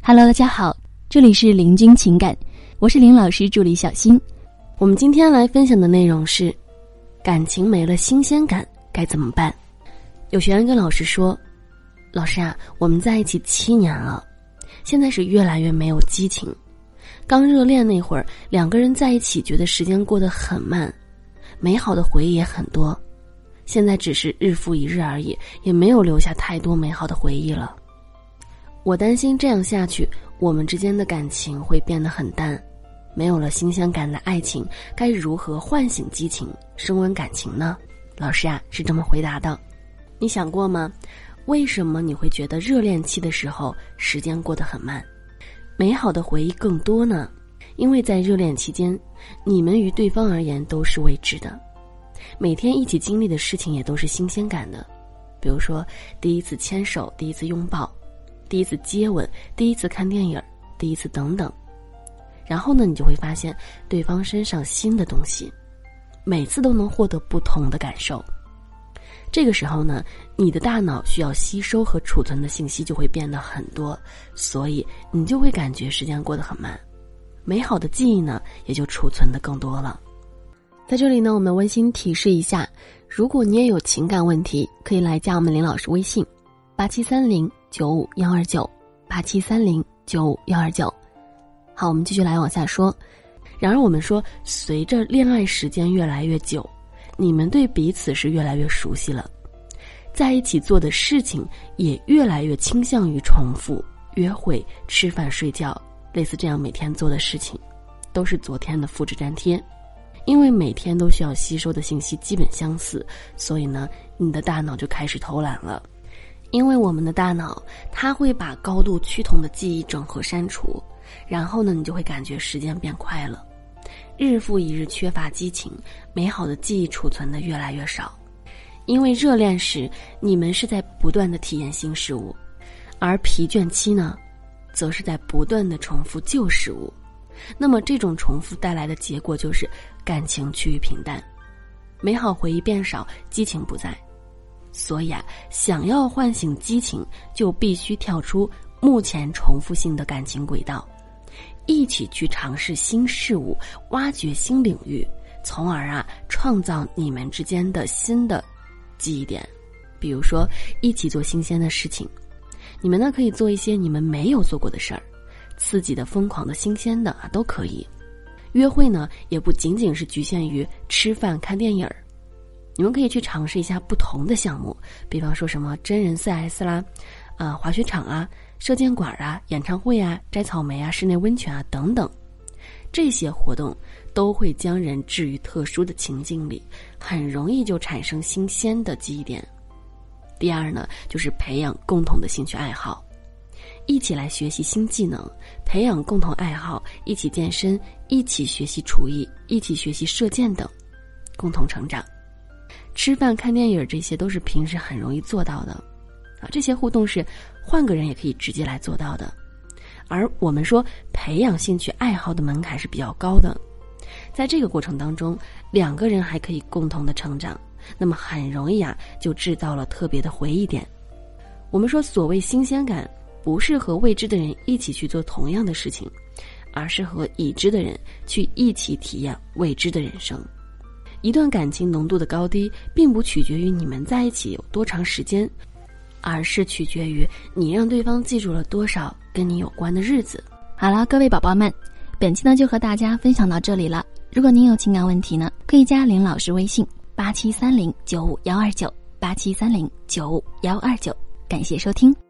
Hello， 大家好，这里是林君情感，我是林老师助理小新。我们今天来分享的内容是：感情没了新鲜感该怎么办？有学员跟老师说，老师啊，我们在一起7年了，现在是越来越没有激情。刚热恋那会儿，两个人在一起觉得时间过得很慢，美好的回忆也很多，现在只是日复一日而已，也没有留下太多美好的回忆了。我担心这样下去，我们之间的感情会变得很淡，没有了新鲜感的爱情，该如何唤醒激情，升温感情呢？老师啊，是这么回答的。你想过吗？为什么你会觉得热恋期的时候时间过得很慢，美好的回忆更多呢？因为在热恋期间，你们于对方而言都是未知的，每天一起经历的事情也都是新鲜感的，比如说第一次牵手，第一次拥抱，第一次接吻，第一次看电影，第一次等等。然后呢，你就会发现对方身上新的东西，每次都能获得不同的感受。这个时候呢，你的大脑需要吸收和储存的信息就会变得很多，所以你就会感觉时间过得很慢，美好的记忆呢也就储存的更多了。在这里呢，我们温馨提示一下，如果你也有情感问题，可以来加我们林老师微信8730-95129 8730-95129。好，我们继续来往下说。然而我们说，随着恋爱时间越来越久，你们对彼此是越来越熟悉了，在一起做的事情也越来越倾向于重复，约会、吃饭、睡觉，类似这样每天做的事情都是昨天的复制粘贴。因为每天都需要吸收的信息基本相似，所以呢，你的大脑就开始偷懒了。因为我们的大脑它会把高度趋同的记忆整合删除，然后呢，你就会感觉时间变快了，日复一日缺乏激情，美好的记忆储存的越来越少。因为热恋时你们是在不断的体验新事物，而疲倦期呢，则是在不断的重复旧事物。那么这种重复带来的结果就是感情趋于平淡，美好回忆变少，激情不在。所以啊，想要唤醒激情，就必须跳出目前重复性的感情轨道，一起去尝试新事物，挖掘新领域，从而啊创造你们之间的新的记忆点。比如说一起做新鲜的事情，你们呢可以做一些你们没有做过的事儿，刺激的、疯狂的、新鲜的啊都可以。约会呢也不仅仅是局限于吃饭看电影，你们可以去尝试一下不同的项目，比方说什么真人 4S 啦，滑雪场啊，射箭馆啊，演唱会啊，摘草莓啊，室内温泉啊等等。这些活动都会将人置于特殊的情境里，很容易就产生新鲜的记忆点。第二呢，就是培养共同的兴趣爱好，一起来学习新技能，培养共同爱好，一起健身，一起学习厨艺，一起学习射箭等，共同成长。吃饭看电影，这些都是平时很容易做到的啊，这些互动是换个人也可以直接来做到的。而我们说培养兴趣爱好的门槛是比较高的，在这个过程当中，两个人还可以共同的成长，那么很容易啊就制造了特别的回忆点。我们说所谓新鲜感，不是和未知的人一起去做同样的事情，而是和已知的人去一起体验未知的人生。一段感情浓度的高低，并不取决于你们在一起有多长时间，而是取决于你让对方记住了多少跟你有关的日子。好了，各位宝宝们，本期呢就和大家分享到这里了。如果您有情感问题呢，可以加林老师微信8730-95129 8730-95129。感谢收听。